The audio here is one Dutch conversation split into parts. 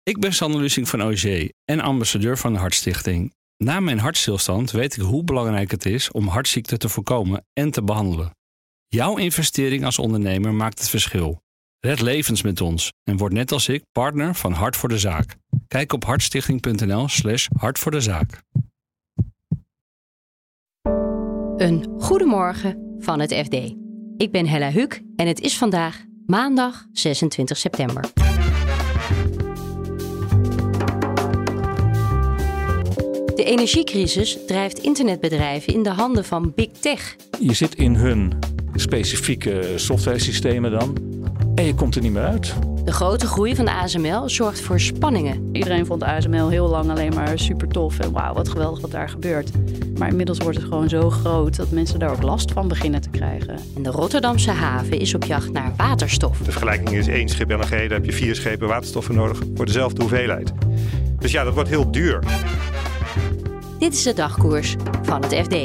Ik ben Sander Lusing van OG en ambassadeur van de Hartstichting. Na mijn hartstilstand weet ik hoe belangrijk het is om hartziekten te voorkomen en te behandelen. Jouw investering als ondernemer maakt het verschil. Red levens met ons en word net als ik partner van Hart voor de Zaak. Kijk op hartstichting.nl/hart voor de zaak. Een goedemorgen van het FD. Ik ben Hella Huuk en het is vandaag maandag 26 september. De energiecrisis drijft internetbedrijven in de handen van Big Tech. Je zit in hun specifieke softwaresystemen dan en je komt er niet meer uit. De grote groei van de ASML zorgt voor spanningen. Iedereen vond ASML heel lang alleen maar super tof en wauw, wat geweldig wat daar gebeurt. Maar inmiddels wordt het gewoon zo groot dat mensen daar ook last van beginnen te krijgen. En de Rotterdamse haven is op jacht naar waterstof. De vergelijking is 1 schip LNG, daar heb je 4 schepen waterstof voor nodig voor dezelfde hoeveelheid. Dus ja, dat wordt heel duur. Dit is de dagkoers van het FD.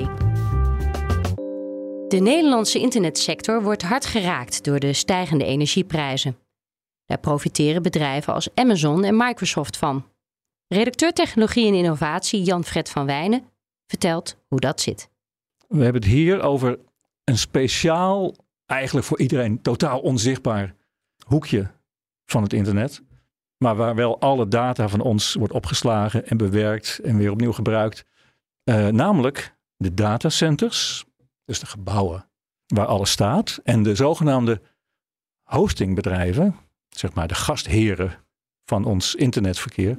De Nederlandse internetsector wordt hard geraakt door de stijgende energieprijzen. Daar profiteren bedrijven als Amazon en Microsoft van. Redacteur Technologie en Innovatie Jan-Fred van Wijnen vertelt hoe dat zit. We hebben het hier over een speciaal, eigenlijk voor iedereen totaal onzichtbaar hoekje van het internet. Maar waar wel alle data van ons wordt opgeslagen en bewerkt en weer opnieuw gebruikt. Namelijk de datacenters, dus de gebouwen waar alles staat. En de zogenaamde hostingbedrijven, zeg maar de gastheren van ons internetverkeer.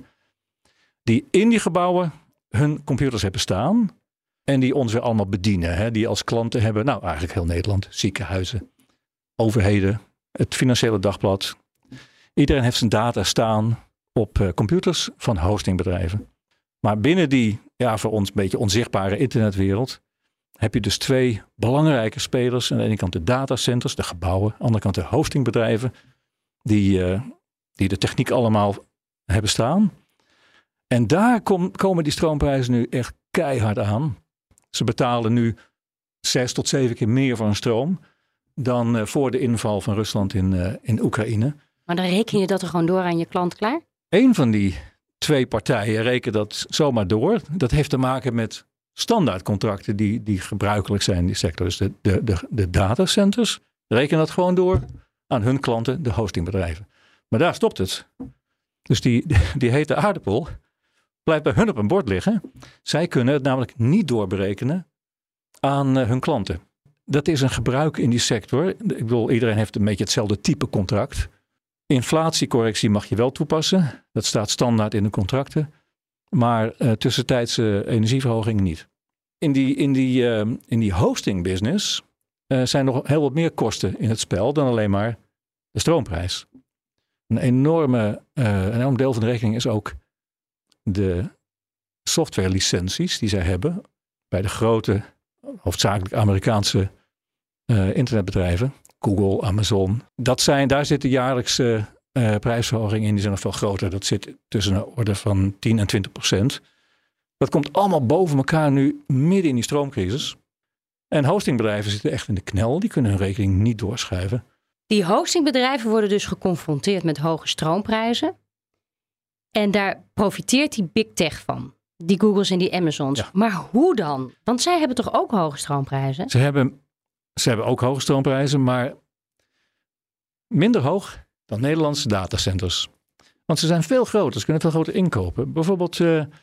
Die in die gebouwen hun computers hebben staan. En die ons weer allemaal bedienen. Hè? Die als klanten hebben, nou eigenlijk heel Nederland, ziekenhuizen, overheden, het Financiële Dagblad. Iedereen heeft zijn data staan op computers van hostingbedrijven. Maar binnen die, ja, voor ons een beetje onzichtbare internetwereld heb je dus 2 belangrijke spelers. Aan de ene kant de datacenters, de gebouwen. Aan de andere kant de hostingbedrijven die de techniek allemaal hebben staan. En daar komen die stroomprijzen nu echt keihard aan. Ze betalen nu 6 tot 7 keer meer voor een stroom dan voor de inval van Rusland in Oekraïne. Maar dan reken je dat er gewoon door aan je klant klaar? Eén van die 2 partijen rekent dat zomaar door. Dat heeft te maken met standaardcontracten die gebruikelijk zijn in die sector. Dus de datacenters rekenen dat gewoon door aan hun klanten, de hostingbedrijven. Maar daar stopt het. Dus die hete aardappel blijft bij hun op een bord liggen. Zij kunnen het namelijk niet doorberekenen aan hun klanten. Dat is een gebruik in die sector. Ik bedoel, iedereen heeft een beetje hetzelfde type contract. Inflatiecorrectie mag je wel toepassen. Dat staat standaard in de contracten. Maar tussentijdse energieverhoging niet. In die hosting business zijn nog heel wat meer kosten in het spel dan alleen maar de stroomprijs. Een enorm deel van de rekening is ook de softwarelicenties die zij hebben bij de grote, hoofdzakelijk Amerikaanse internetbedrijven. Google, Amazon. Daar zit de jaarlijkse prijsverhoging in. Die zijn nog veel groter. Dat zit tussen een orde van 10 en 20%. Dat komt allemaal boven elkaar nu midden in die stroomcrisis. En hostingbedrijven zitten echt in de knel. Die kunnen hun rekening niet doorschuiven. Die hostingbedrijven worden dus geconfronteerd met hoge stroomprijzen. En daar profiteert die Big Tech van. Die Googles en die Amazons. Ja. Maar hoe dan? Want zij hebben toch ook hoge stroomprijzen? Ze hebben ook hoge stroomprijzen, maar minder hoog dan Nederlandse datacenters. Want ze zijn veel groter. Ze kunnen veel groter inkopen. Bijvoorbeeld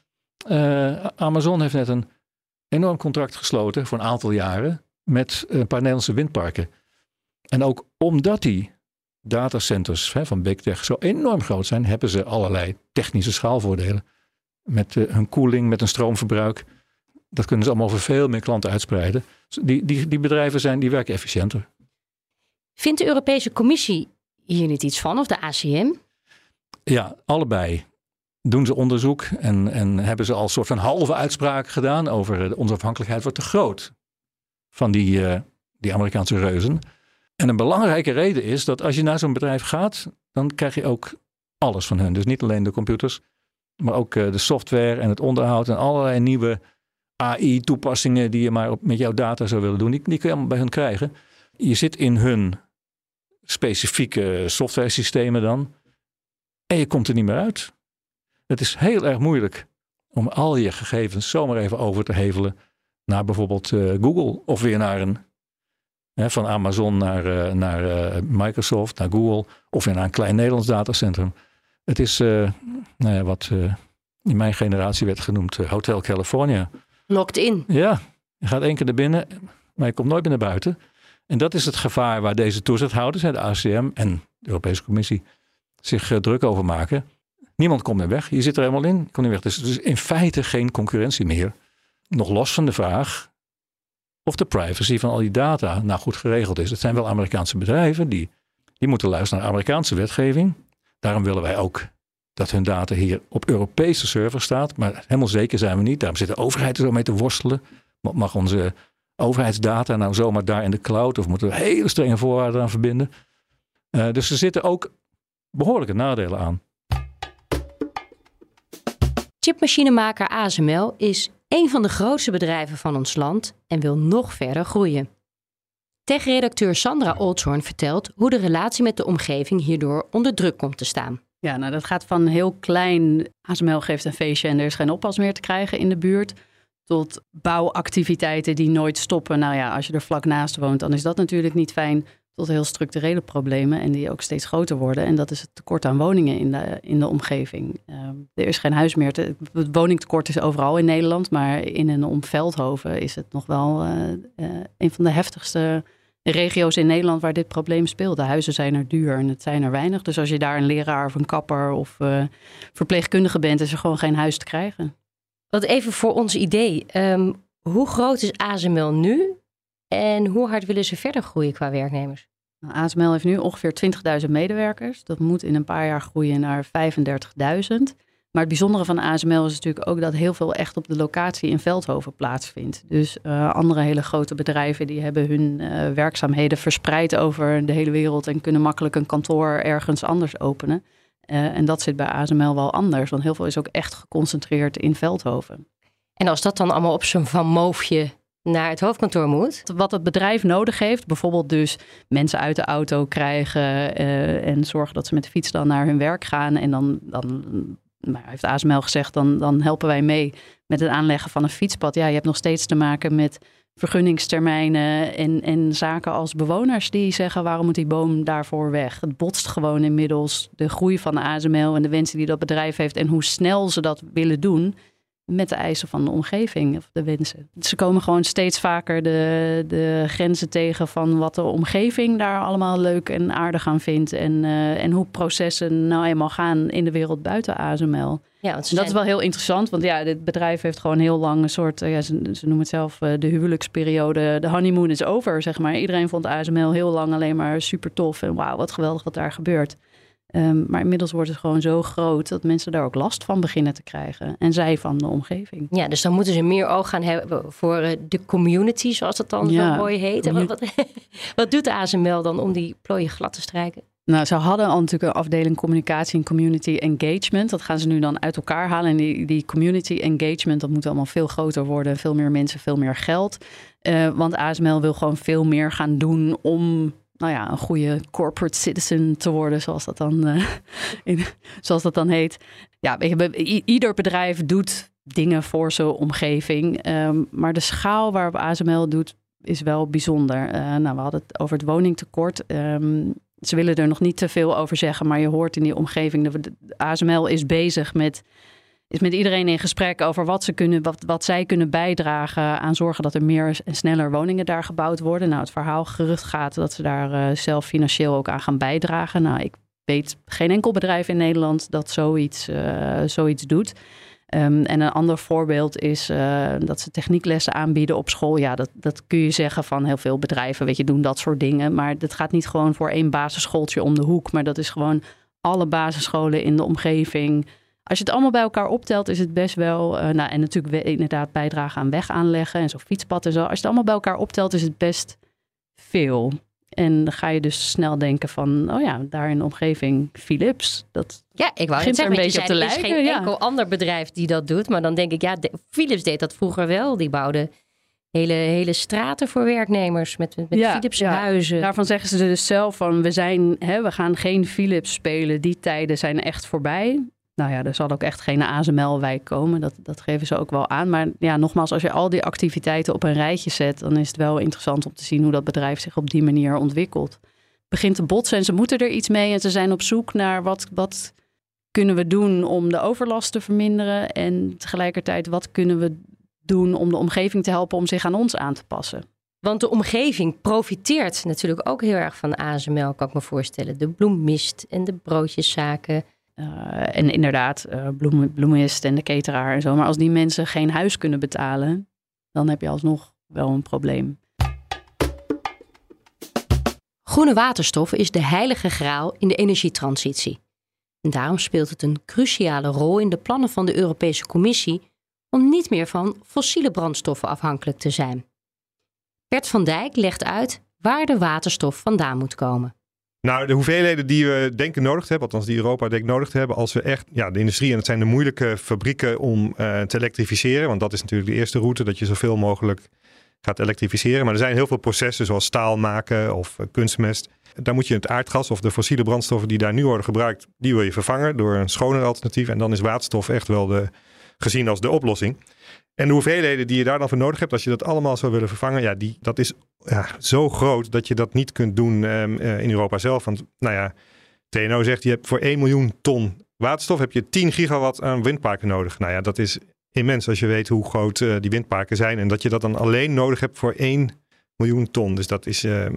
Amazon heeft net een enorm contract gesloten voor een aantal jaren met een paar Nederlandse windparken. En ook omdat die datacenters van Big Tech zo enorm groot zijn, hebben ze allerlei technische schaalvoordelen. Met hun koeling, met hun stroomverbruik. Dat kunnen ze allemaal over veel meer klanten uitspreiden. Die bedrijven die werken efficiënter. Vindt de Europese Commissie hier niet iets van, of de ACM? Ja, allebei doen ze onderzoek en hebben ze al een soort van halve uitspraak gedaan over onze afhankelijkheid wordt te groot van die Amerikaanse reuzen. En een belangrijke reden is dat als je naar zo'n bedrijf gaat, dan krijg je ook alles van hun. Dus niet alleen de computers, maar ook de software en het onderhoud en allerlei nieuwe AI-toepassingen die je maar met jouw data zou willen doen. Die kun je allemaal bij hun krijgen. Je zit in hun specifieke software systemen dan en je komt er niet meer uit. Het is heel erg moeilijk om al je gegevens zomaar even over te hevelen naar bijvoorbeeld Google of weer naar van Amazon naar Microsoft, naar Google of weer naar een klein Nederlands datacentrum. Het is wat in mijn generatie werd genoemd Hotel California. Locked in. Ja, je gaat 1 keer naar binnen, maar je komt nooit meer naar buiten. En dat is het gevaar waar deze toezichthouders, de ACM en de Europese Commissie, zich druk over maken. Niemand komt meer weg. Je zit er helemaal in. Komt niet weg. Dus er is in feite geen concurrentie meer. Nog los van de vraag of de privacy van al die data nou goed geregeld is. Het zijn wel Amerikaanse bedrijven die moeten luisteren naar Amerikaanse wetgeving. Daarom willen wij ook dat hun data hier op Europese servers staat. Maar helemaal zeker zijn we niet. Daarom zit de overheid er zo mee te worstelen. Mag onze overheidsdata nou zomaar daar in de cloud? Of moeten we hele strenge voorwaarden aan verbinden? Dus er zitten ook behoorlijke nadelen aan. Chipmachinemaker ASML is een van de grootste bedrijven van ons land en wil nog verder groeien. Tech-redacteur Sandra Oldshoorn vertelt hoe de relatie met de omgeving hierdoor onder druk komt te staan. Ja, nou dat gaat van heel klein, ASML geeft een feestje en er is geen oppas meer te krijgen in de buurt, tot bouwactiviteiten die nooit stoppen. Nou ja, als je er vlak naast woont, dan is dat natuurlijk niet fijn. Tot heel structurele problemen en die ook steeds groter worden. En dat is het tekort aan woningen in de omgeving. Er is geen huis meer. Het woningtekort is overal in Nederland. Maar in en om Veldhoven is het nog wel een van de heftigste regio's in Nederland waar dit probleem speelt. De huizen zijn er duur en het zijn er weinig. Dus als je daar een leraar of een kapper of verpleegkundige bent, is er gewoon geen huis te krijgen. Wat even voor ons idee. Hoe groot is ASML nu? En hoe hard willen ze verder groeien qua werknemers? Nou, ASML heeft nu ongeveer 20.000 medewerkers. Dat moet in een paar jaar groeien naar 35.000. Maar het bijzondere van ASML is natuurlijk ook dat heel veel echt op de locatie in Veldhoven plaatsvindt. Dus andere hele grote bedrijven die hebben hun werkzaamheden verspreid over de hele wereld en kunnen makkelijk een kantoor ergens anders openen. En dat zit bij ASML wel anders, want heel veel is ook echt geconcentreerd in Veldhoven. En als dat dan allemaal op zo'n van moofje naar het hoofdkantoor moet? Wat het bedrijf nodig heeft, bijvoorbeeld dus mensen uit de auto krijgen en zorgen dat ze met de fiets dan naar hun werk gaan. En dan heeft ASML gezegd, dan helpen wij mee met het aanleggen van een fietspad. Ja, je hebt nog steeds te maken met vergunningstermijnen en zaken als bewoners die zeggen, waarom moet die boom daarvoor weg? Het botst gewoon inmiddels de groei van de ASML en de wensen die dat bedrijf heeft en hoe snel ze dat willen doen met de eisen van de omgeving of de wensen. Ze komen gewoon steeds vaker de grenzen tegen van wat de omgeving daar allemaal leuk en aardig aan vindt en hoe processen nou eenmaal gaan in de wereld buiten ASML. Ja, dat is wel heel interessant, want ja, dit bedrijf heeft gewoon heel lang een soort, ze noemen het zelf de huwelijksperiode, de honeymoon is over, zeg maar. Iedereen vond ASML heel lang alleen maar super tof en wauw, wat geweldig wat daar gebeurt. Maar inmiddels wordt het gewoon zo groot dat mensen daar ook last van beginnen te krijgen. En zij van de omgeving. Ja, dus dan moeten ze meer oog gaan hebben voor de community, zoals het dan zo mooi heet. En wat doet de ASML dan om die plooien glad te strijken? Nou, ze hadden al natuurlijk een afdeling communicatie en community engagement. Dat gaan ze nu dan uit elkaar halen. En die community engagement, dat moet allemaal veel groter worden. Veel meer mensen, veel meer geld. Want ASML wil gewoon veel meer gaan doen om een goede corporate citizen te worden, zoals dat dan heet. Ja, ieder bedrijf doet dingen voor zijn omgeving. Maar de schaal waarop ASML doet, is wel bijzonder. We hadden het over het woningtekort. Ze willen er nog niet te veel over zeggen, maar je hoort in die omgeving, de ASML is bezig met iedereen in gesprek over wat zij kunnen bijdragen aan zorgen dat er meer en sneller woningen daar gebouwd worden. Nou, het verhaal gerucht gaat dat ze daar zelf financieel ook aan gaan bijdragen. Nou, ik weet geen enkel bedrijf in Nederland dat zoiets doet. En een ander voorbeeld is dat ze technieklessen aanbieden op school. Ja, dat kun je zeggen van heel veel bedrijven, doen dat soort dingen. Maar dat gaat niet gewoon voor één basisschooltje om de hoek. Maar dat is gewoon alle basisscholen in de omgeving. Als je het allemaal bij elkaar optelt, is het best wel. En natuurlijk inderdaad bijdragen aan weg aanleggen en zo'n fietspad en zo. Als je het allemaal bij elkaar optelt, is het best veel. En dan ga je dus snel denken van, daar in de omgeving Philips. Ik wou net zeggen, er is geen enkel ander bedrijf die dat doet. Maar dan denk ik, Philips deed dat vroeger wel. Die bouwden hele straten voor werknemers met Philips huizen. Daarvan zeggen ze dus zelf van, we gaan geen Philips spelen. Die tijden zijn echt voorbij. Nou ja, er zal ook echt geen ASML-wijk komen. Dat geven ze ook wel aan. Maar ja, nogmaals, als je al die activiteiten op een rijtje zet, dan is het wel interessant om te zien hoe dat bedrijf zich op die manier ontwikkelt. Het begint te botsen en ze moeten er iets mee. En ze zijn op zoek naar wat kunnen we doen om de overlast te verminderen. En tegelijkertijd wat kunnen we doen om de omgeving te helpen om zich aan ons aan te passen. Want de omgeving profiteert natuurlijk ook heel erg van ASML, kan ik me voorstellen. De bloemmist en de broodjeszaken. En inderdaad, bloemist en de cateraar en zo. Maar als die mensen geen huis kunnen betalen, dan heb je alsnog wel een probleem. Groene waterstof is de heilige graal in de energietransitie. En daarom speelt het een cruciale rol in de plannen van de Europese Commissie om niet meer van fossiele brandstoffen afhankelijk te zijn. Bert van Dijk legt uit waar de waterstof vandaan moet komen. Nou, de hoeveelheden die we denken nodig te hebben, althans die Europa denkt nodig te hebben, als we echt, de industrie, en het zijn de moeilijke fabrieken om te elektrificeren, want dat is natuurlijk de eerste route, dat je zoveel mogelijk gaat elektrificeren. Maar er zijn heel veel processen zoals staal maken of kunstmest. Daar moet je het aardgas of de fossiele brandstoffen die daar nu worden gebruikt, die wil je vervangen door een schoner alternatief. En dan is waterstof echt wel gezien als de oplossing. En de hoeveelheden die je daar dan voor nodig hebt, als je dat allemaal zou willen vervangen, dat is zo groot dat je dat niet kunt doen in Europa zelf. Want TNO zegt, je hebt voor 1 miljoen ton waterstof heb je 10 gigawatt aan windparken nodig. Nou ja, dat is immens als je weet hoe groot die windparken zijn. En dat je dat dan alleen nodig hebt voor 1 miljoen ton. Dus dat is,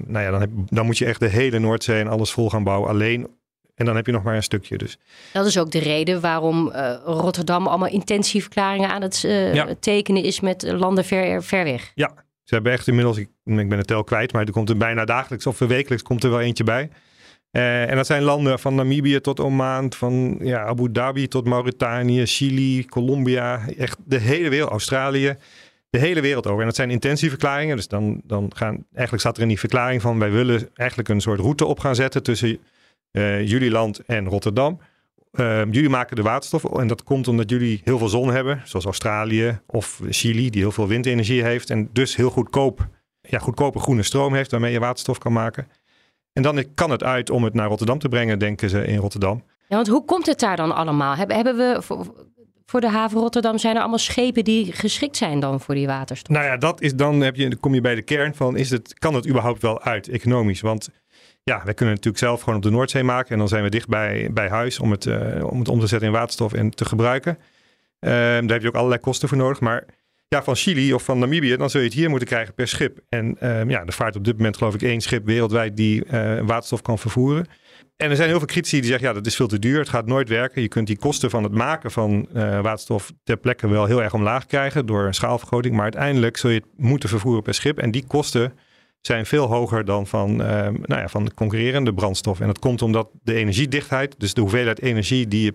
dan moet je echt de hele Noordzee en alles vol gaan bouwen alleen. En dan heb je nog maar een stukje. Dus. Dat is ook de reden waarom Rotterdam allemaal intentieverklaringen aan het tekenen is met landen ver weg. Ja, ze hebben echt inmiddels, ik ben de tel kwijt, maar er komt er bijna dagelijks of wekelijks komt er wel eentje bij. En dat zijn landen van Namibië tot Oman, van Abu Dhabi tot Mauritanië, Chili, Colombia, echt de hele wereld, Australië, de hele wereld over. En dat zijn intentieverklaringen. Dus dan eigenlijk staat er in die verklaring van, wij willen eigenlijk een soort route op gaan zetten tussen jullie land en Rotterdam. Jullie maken de waterstof en dat komt omdat jullie heel veel zon hebben, zoals Australië of Chili, die heel veel windenergie heeft en dus heel goedkope groene stroom heeft waarmee je waterstof kan maken. En dan kan het uit om het naar Rotterdam te brengen, denken ze in Rotterdam. Ja, want hoe komt het daar dan allemaal? Hebben we voor de haven Rotterdam, zijn er allemaal schepen die geschikt zijn dan voor die waterstof? Nou ja, dan kom je bij de kern van, kan het überhaupt wel uit, economisch? Want wij kunnen het natuurlijk zelf gewoon op de Noordzee maken. En dan zijn we dicht bij huis om het om te zetten in waterstof en te gebruiken. Daar heb je ook allerlei kosten voor nodig. Maar van Chili of van Namibië, dan zul je het hier moeten krijgen per schip. En er vaart op dit moment geloof ik 1 schip wereldwijd die waterstof kan vervoeren. En er zijn heel veel critici die zeggen, dat is veel te duur. Het gaat nooit werken. Je kunt die kosten van het maken van waterstof ter plekke wel heel erg omlaag krijgen door een schaalvergroting. Maar uiteindelijk zul je het moeten vervoeren per schip. En die kosten zijn veel hoger dan van de concurrerende brandstof. En dat komt omdat de energiedichtheid, dus de hoeveelheid energie die je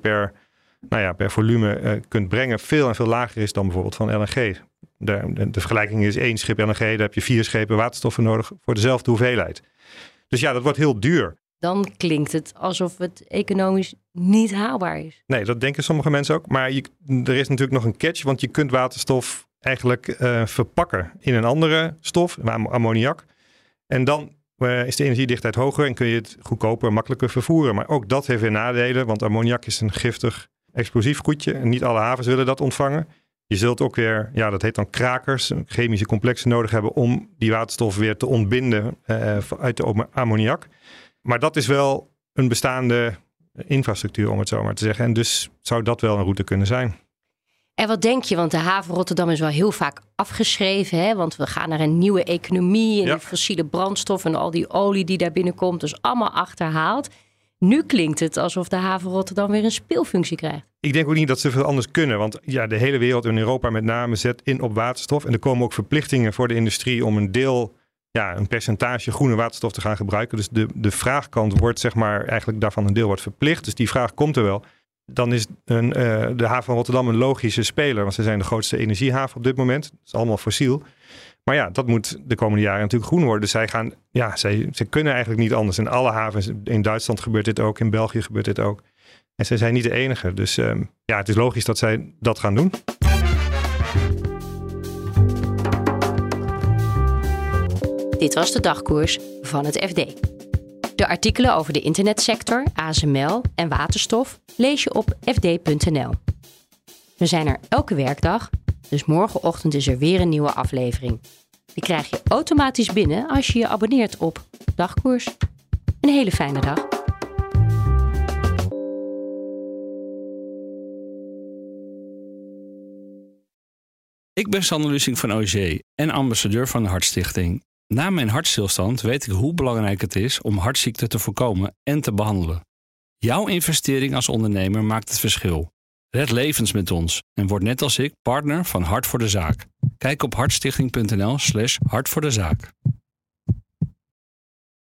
per volume kunt brengen, veel en veel lager is dan bijvoorbeeld van LNG. De vergelijking is 1 schip LNG, daar heb je 4 schepen waterstof voor nodig voor dezelfde hoeveelheid. Dus dat wordt heel duur. Dan klinkt het alsof het economisch niet haalbaar is. Nee, dat denken sommige mensen ook. Maar er is natuurlijk nog een catch, want je kunt waterstof eigenlijk verpakken in een andere stof, ammoniak. En dan is de energiedichtheid hoger en kun je het goedkoper, makkelijker vervoeren. Maar ook dat heeft weer nadelen, want ammoniak is een giftig explosief goedje. En niet alle havens willen dat ontvangen. Je zult ook weer, dat heet dan krakers, chemische complexen nodig hebben om die waterstof weer te ontbinden uit de ammoniak. Maar dat is wel een bestaande infrastructuur, om het zo maar te zeggen. En dus zou dat wel een route kunnen zijn. En wat denk je? Want de haven Rotterdam is wel heel vaak afgeschreven. Hè? Want we gaan naar een nieuwe economie en die fossiele brandstof en al die olie die daar binnenkomt. Dus allemaal achterhaald. Nu klinkt het alsof de haven Rotterdam weer een speelfunctie krijgt. Ik denk ook niet dat ze veel anders kunnen. Want de hele wereld in Europa met name zet in op waterstof. En er komen ook verplichtingen voor de industrie om een percentage groene waterstof te gaan gebruiken. Dus de vraagkant wordt eigenlijk daarvan een deel wordt verplicht. Dus die vraag komt er wel. Dan is de haven van Rotterdam een logische speler. Want ze zijn de grootste energiehaven op dit moment. Dat is allemaal fossiel. Maar dat moet de komende jaren natuurlijk groen worden. Dus zij kunnen eigenlijk niet anders. In alle havens, in Duitsland gebeurt dit ook. In België gebeurt dit ook. En zij zijn niet de enige. Dus het is logisch dat zij dat gaan doen. Dit was de dagkoers van het FD. De artikelen over de internetsector, ASML en waterstof lees je op fd.nl. We zijn er elke werkdag, dus morgenochtend is er weer een nieuwe aflevering. Die krijg je automatisch binnen als je je abonneert op Dagkoers. Een hele fijne dag. Ik ben Sander Lusing van OG en ambassadeur van de Hartstichting. Na mijn hartstilstand weet ik hoe belangrijk het is om hartziekten te voorkomen en te behandelen. Jouw investering als ondernemer maakt het verschil. Red levens met ons en word net als ik partner van Hart voor de Zaak. Kijk op hartstichting.nl/hart voor de zaak.